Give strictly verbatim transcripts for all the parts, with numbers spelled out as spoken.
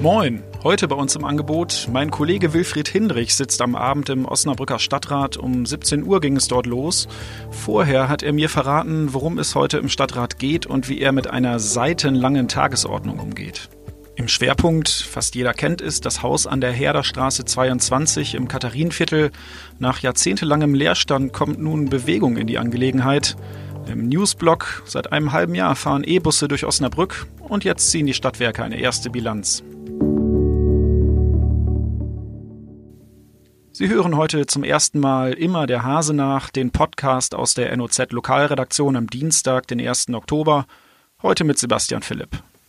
Moin, heute bei uns im Angebot. Mein Kollege Wilfried Hindrich sitzt am Abend im Osnabrücker Stadtrat. Um siebzehn Uhr ging es dort los. Vorher hat er mir verraten, worum es heute im Stadtrat geht und wie er mit einer seitenlangen Tagesordnung umgeht. Im Schwerpunkt, fast jeder kennt es, das Haus an der Herderstraße zweiundzwanzig im Katharinenviertel. Nach jahrzehntelangem Leerstand kommt nun Bewegung in die Angelegenheit. Im Newsblog, seit einem halben Jahr fahren E-Busse durch Osnabrück und jetzt ziehen die Stadtwerke eine erste Bilanz. Sie hören heute zum ersten Mal Immer der Hase nach, den Podcast aus der N O Z-Lokalredaktion am Dienstag, den ersten Oktober, heute mit Sebastian Philipp.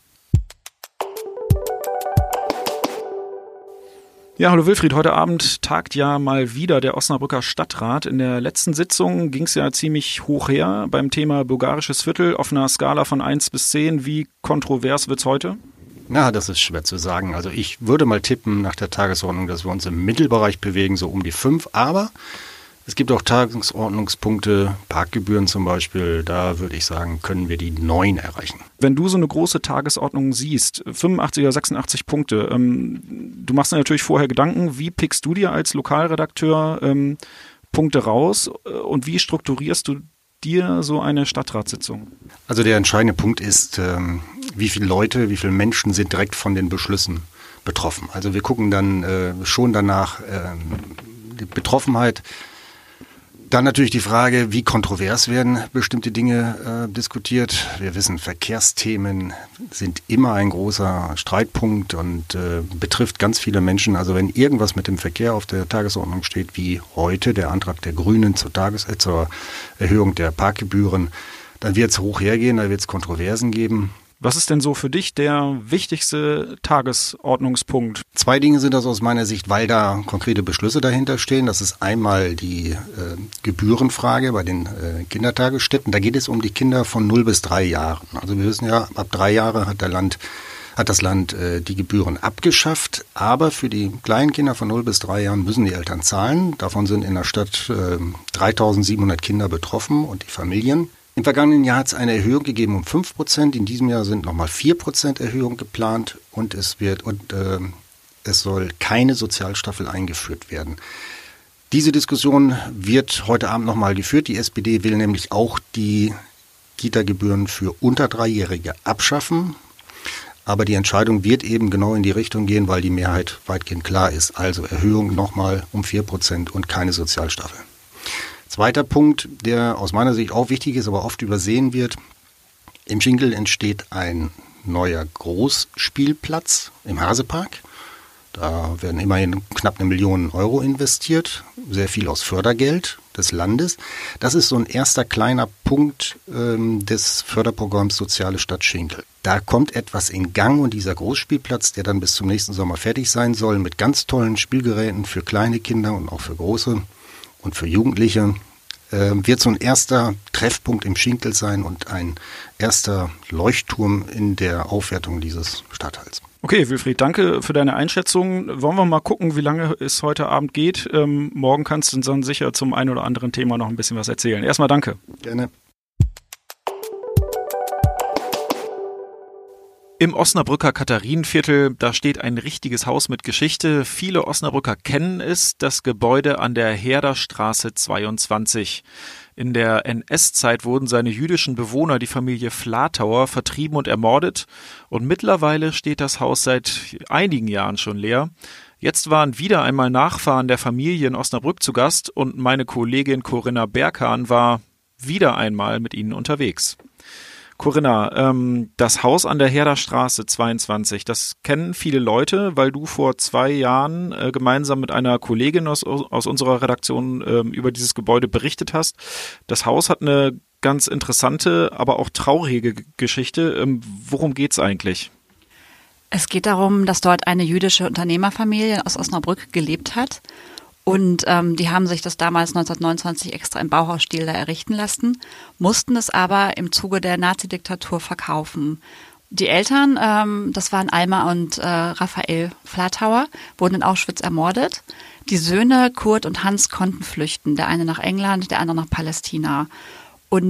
Ja, hallo Wilfried, heute Abend tagt ja mal wieder der Osnabrücker Stadtrat. In der letzten Sitzung ging es ja ziemlich hoch her beim Thema bulgarisches Viertel auf einer Skala von eins bis zehn. Wie kontrovers wird's heute? Na, das ist schwer zu sagen. Also ich würde mal tippen nach der Tagesordnung, dass wir uns im Mittelbereich bewegen, so um die fünf. Aber es gibt auch Tagesordnungspunkte, Parkgebühren zum Beispiel, da würde ich sagen, können wir die neun erreichen. Wenn du so eine große Tagesordnung siehst, fünfundachtzig oder sechsundachtzig Punkte, ähm, du machst dir natürlich vorher Gedanken, wie pickst du dir als Lokalredakteur ähm, Punkte raus und wie strukturierst du dir so eine Stadtratssitzung? Also der entscheidende Punkt ist, ähm, wie viele Leute, wie viele Menschen sind direkt von den Beschlüssen betroffen. Also wir gucken dann äh, schon danach äh, die Betroffenheit. Dann natürlich die Frage, wie kontrovers werden bestimmte Dinge äh, diskutiert. Wir wissen, Verkehrsthemen sind immer ein großer Streitpunkt und äh, betrifft ganz viele Menschen. Also wenn irgendwas mit dem Verkehr auf der Tagesordnung steht, wie heute der Antrag der Grünen zur, Tages- äh, zur Erhöhung der Parkgebühren, dann wird es hoch hergehen, da wird es Kontroversen geben. Was ist denn so für dich der wichtigste Tagesordnungspunkt? Zwei Dinge sind das aus meiner Sicht, weil da konkrete Beschlüsse dahinter stehen. Das ist einmal die äh, Gebührenfrage bei den äh, Kindertagesstätten. Da geht es um die Kinder von null bis drei Jahren. Also wir wissen ja, ab drei Jahre hat der Land, hat das Land äh, die Gebühren abgeschafft. Aber für die kleinen Kinder von null bis drei Jahren müssen die Eltern zahlen. Davon sind in der Stadt äh, dreitausendsiebenhundert Kinder betroffen und die Familien. Im vergangenen Jahr hat es eine Erhöhung gegeben um fünf Prozent. In diesem Jahr sind nochmal vier Prozent Erhöhung geplant und es wird und äh, es soll keine Sozialstaffel eingeführt werden. Diese Diskussion wird heute Abend nochmal geführt. Die S P D will nämlich auch die Kita-Gebühren für unter Dreijährige abschaffen. Aber die Entscheidung wird eben genau in die Richtung gehen, weil die Mehrheit weitgehend klar ist. Also Erhöhung nochmal um vier Prozent und keine Sozialstaffel. Zweiter Punkt, der aus meiner Sicht auch wichtig ist, aber oft übersehen wird. Im Schinkel entsteht ein neuer Großspielplatz im Hasepark. Da werden immerhin knapp eine Million Euro investiert, sehr viel aus Fördergeld des Landes. Das ist so ein erster kleiner Punkt ähm, des Förderprogramms Soziale Stadt Schinkel. Da kommt etwas in Gang und dieser Großspielplatz, der dann bis zum nächsten Sommer fertig sein soll, mit ganz tollen Spielgeräten für kleine Kinder und auch für große und für Jugendliche, äh, wird so ein erster Treffpunkt im Schinkel sein und ein erster Leuchtturm in der Aufwertung dieses Stadtteils. Okay, Wilfried, danke für deine Einschätzung. Wollen wir mal gucken, wie lange es heute Abend geht? Ähm, morgen kannst du uns dann sicher zum einen oder anderen Thema noch ein bisschen was erzählen. Erstmal danke. Gerne. Im Osnabrücker Katharinenviertel, da steht ein richtiges Haus mit Geschichte. Viele Osnabrücker kennen es, das Gebäude an der Herderstraße zweiundzwanzig. In der N S-Zeit wurden seine jüdischen Bewohner, die Familie Flatauer, vertrieben und ermordet. Und mittlerweile steht das Haus seit einigen Jahren schon leer. Jetzt waren wieder einmal Nachfahren der Familie in Osnabrück zu Gast und meine Kollegin Corinna Berghahn war wieder einmal mit ihnen unterwegs. Corinna, ähm, das Haus an der Herderstraße zweiundzwanzig, das kennen viele Leute, weil du vor zwei Jahren äh, gemeinsam mit einer Kollegin aus, aus unserer Redaktion ähm, über dieses Gebäude berichtet hast. Das Haus hat eine ganz interessante, aber auch traurige G- Geschichte. Ähm, worum geht's eigentlich? Es geht darum, dass dort eine jüdische Unternehmerfamilie aus Osnabrück gelebt hat. Und ähm, die haben sich das damals neunzehnhundertneunundzwanzig extra im Bauhausstil da errichten lassen, mussten es aber im Zuge der Nazidiktatur verkaufen. Die Eltern, ähm, das waren Alma und äh, Raphael Flatauer, wurden in Auschwitz ermordet. Die Söhne Kurt und Hans konnten flüchten, der eine nach England, der andere nach Palästina. Und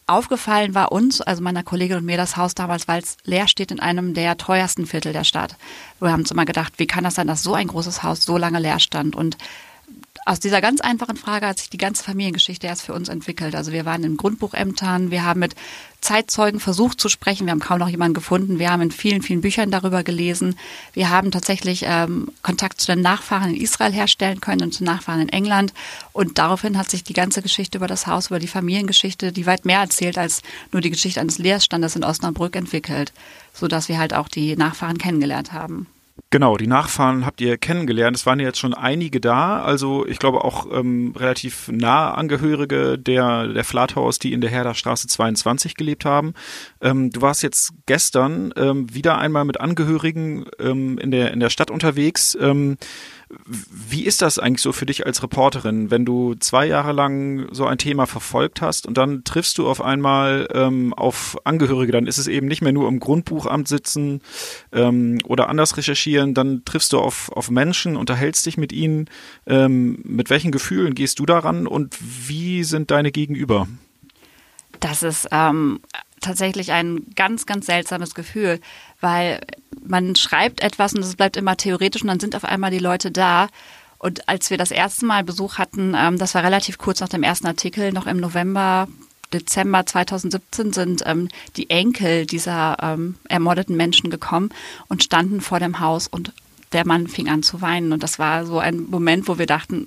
aufgefallen war uns, also meiner Kollegin und mir, das Haus damals, weil es leer steht in einem der teuersten Viertel der Stadt. Wir haben uns immer gedacht, wie kann das sein, dass so ein großes Haus so lange leer stand? Und aus dieser ganz einfachen Frage hat sich die ganze Familiengeschichte erst für uns entwickelt. Also wir waren in Grundbuchämtern, wir haben mit Zeitzeugen versucht zu sprechen, wir haben kaum noch jemanden gefunden, wir haben in vielen, vielen Büchern darüber gelesen. Wir haben tatsächlich ähm, Kontakt zu den Nachfahren in Israel herstellen können und zu Nachfahren in England. Und daraufhin hat sich die ganze Geschichte über das Haus, über die Familiengeschichte, die weit mehr erzählt als nur die Geschichte eines Leerstandes in Osnabrück, entwickelt, sodass wir halt auch die Nachfahren kennengelernt haben. Genau, die Nachfahren habt ihr kennengelernt. Es waren ja jetzt schon einige da, also ich glaube auch ähm, relativ nah Angehörige der, der Flathaus, die in der Herderstraße zweiundzwanzig gelebt haben. Ähm, du warst jetzt gestern ähm, wieder einmal mit Angehörigen ähm, in der, in der Stadt unterwegs. Ähm, Wie ist das eigentlich so für dich als Reporterin, wenn du zwei Jahre lang so ein Thema verfolgt hast und dann triffst du auf einmal ähm, auf Angehörige, dann ist es eben nicht mehr nur im Grundbuchamt sitzen ähm, oder anders recherchieren, dann triffst du auf, auf Menschen, unterhältst dich mit ihnen. Ähm, mit welchen Gefühlen gehst du daran und wie sind deine Gegenüber? Das ist ähm, tatsächlich ein ganz, ganz seltsames Gefühl, weil man schreibt etwas und es bleibt immer theoretisch und dann sind auf einmal die Leute da. Und als wir das erste Mal Besuch hatten, ähm, das war relativ kurz nach dem ersten Artikel, noch im November, Dezember zweitausendsiebzehn sind ähm, die Enkel dieser ähm, ermordeten Menschen gekommen und standen vor dem Haus und der Mann fing an zu weinen. Und das war so ein Moment, wo wir dachten,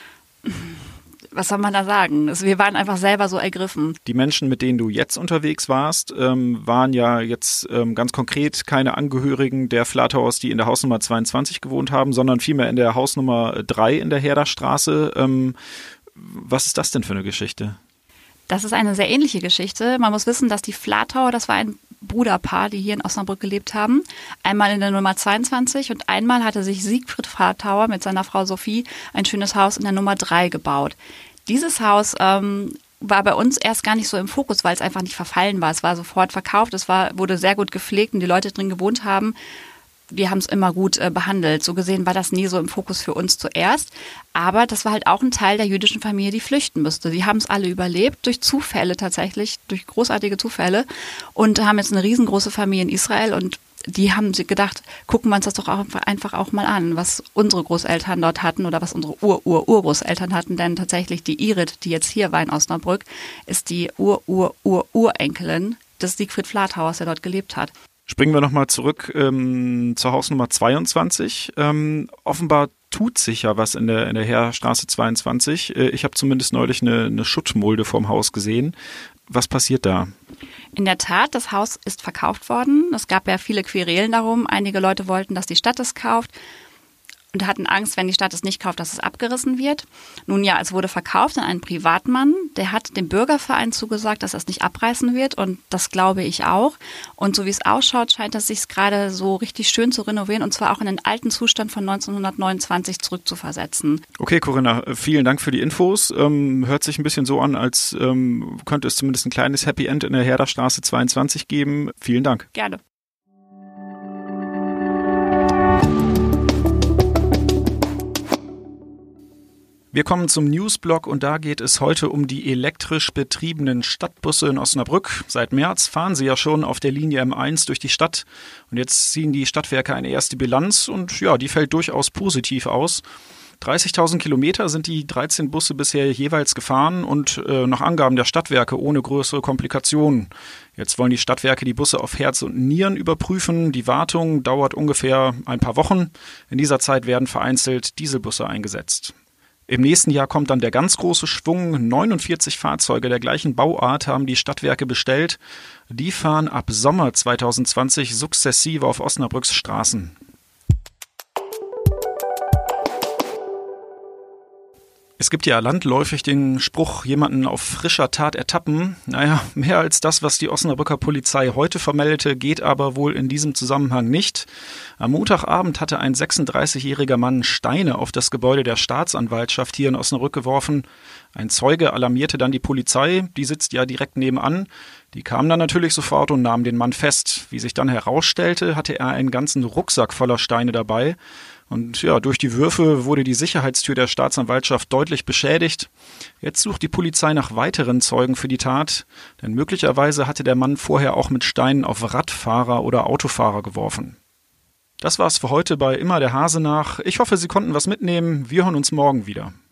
was soll man da sagen? Wir waren einfach selber so ergriffen. Die Menschen, mit denen du jetzt unterwegs warst, ähm, waren ja jetzt ähm, ganz konkret keine Angehörigen der Flathaus, die in der Hausnummer zweiundzwanzig gewohnt haben, sondern vielmehr in der Hausnummer drei in der Herderstraße. Ähm, was ist das denn für eine Geschichte? Das ist eine sehr ähnliche Geschichte. Man muss wissen, dass die Flathauer, das war ein Bruderpaar, die hier in Osnabrück gelebt haben. Einmal in der Nummer zweiundzwanzig und einmal hatte sich Siegfried Flathauer mit seiner Frau Sophie ein schönes Haus in der Nummer drei gebaut. Dieses Haus ähm, war bei uns erst gar nicht so im Fokus, weil es einfach nicht verfallen war. Es war sofort verkauft, es war, wurde sehr gut gepflegt und die Leute drin gewohnt haben. Wir haben es immer gut äh, behandelt. So gesehen war das nie so im Fokus für uns zuerst. Aber das war halt auch ein Teil der jüdischen Familie, die flüchten müsste. Die haben es alle überlebt, durch Zufälle tatsächlich, durch großartige Zufälle und haben jetzt eine riesengroße Familie in Israel und die haben sich gedacht, gucken wir uns das doch auch einfach auch mal an, was unsere Großeltern dort hatten oder was unsere Ur-Ur-Urgroßeltern hatten. Denn tatsächlich die Irit, die jetzt hier war in Osnabrück, ist die Ur-Ur-Ur-Urenkelin des Siegfried Flathauers, der dort gelebt hat. Springen wir nochmal zurück ähm, zur Hausnummer zweiundzwanzig. Ähm, offenbar tut sich ja was in der, in der Heerstraße zweiundzwanzig. Äh, ich habe zumindest neulich eine, eine Schuttmulde vorm Haus gesehen. Was passiert da? In der Tat, das Haus ist verkauft worden. Es gab ja viele Querelen darum. Einige Leute wollten, dass die Stadt es kauft und hatten Angst, wenn die Stadt es nicht kauft, dass es abgerissen wird. Nun ja, es wurde verkauft an einen Privatmann. Der hat dem Bürgerverein zugesagt, dass er es nicht abreißen wird und das glaube ich auch. Und so wie es ausschaut, scheint es sich gerade so richtig schön zu renovieren und zwar auch in den alten Zustand von neunzehnhundertneunundzwanzig zurückzuversetzen. Okay, Corinna, vielen Dank für die Infos. Ähm, hört sich ein bisschen so an, als ähm, könnte es zumindest ein kleines Happy End in der Herderstraße zweiundzwanzig geben. Vielen Dank. Gerne. Wir kommen zum Newsblock und da geht es heute um die elektrisch betriebenen Stadtbusse in Osnabrück. Seit März fahren sie ja schon auf der Linie M eins durch die Stadt und jetzt ziehen die Stadtwerke eine erste Bilanz und ja, die fällt durchaus positiv aus. dreißigtausend Kilometer sind die dreizehn Busse bisher jeweils gefahren und äh, nach Angaben der Stadtwerke ohne größere Komplikationen. Jetzt wollen die Stadtwerke die Busse auf Herz und Nieren überprüfen. Die Wartung dauert ungefähr ein paar Wochen. In dieser Zeit werden vereinzelt Dieselbusse eingesetzt. Im nächsten Jahr kommt dann der ganz große Schwung. neunundvierzig Fahrzeuge der gleichen Bauart haben die Stadtwerke bestellt. Die fahren ab Sommer zweitausendzwanzig sukzessive auf Osnabrücks Straßen. Es gibt ja landläufig den Spruch, jemanden auf frischer Tat ertappen. Naja, mehr als das, was die Osnabrücker Polizei heute vermeldete, geht aber wohl in diesem Zusammenhang nicht. Am Montagabend hatte ein sechsunddreißigjähriger Mann Steine auf das Gebäude der Staatsanwaltschaft hier in Osnabrück geworfen. Ein Zeuge alarmierte dann die Polizei, die sitzt ja direkt nebenan. Die kam dann natürlich sofort und nahm den Mann fest. Wie sich dann herausstellte, hatte er einen ganzen Rucksack voller Steine dabei. Und ja, durch die Würfe wurde die Sicherheitstür der Staatsanwaltschaft deutlich beschädigt. Jetzt sucht die Polizei nach weiteren Zeugen für die Tat, denn möglicherweise hatte der Mann vorher auch mit Steinen auf Radfahrer oder Autofahrer geworfen. Das war's für heute bei Immer der Hase nach. Ich hoffe, Sie konnten was mitnehmen. Wir hören uns morgen wieder.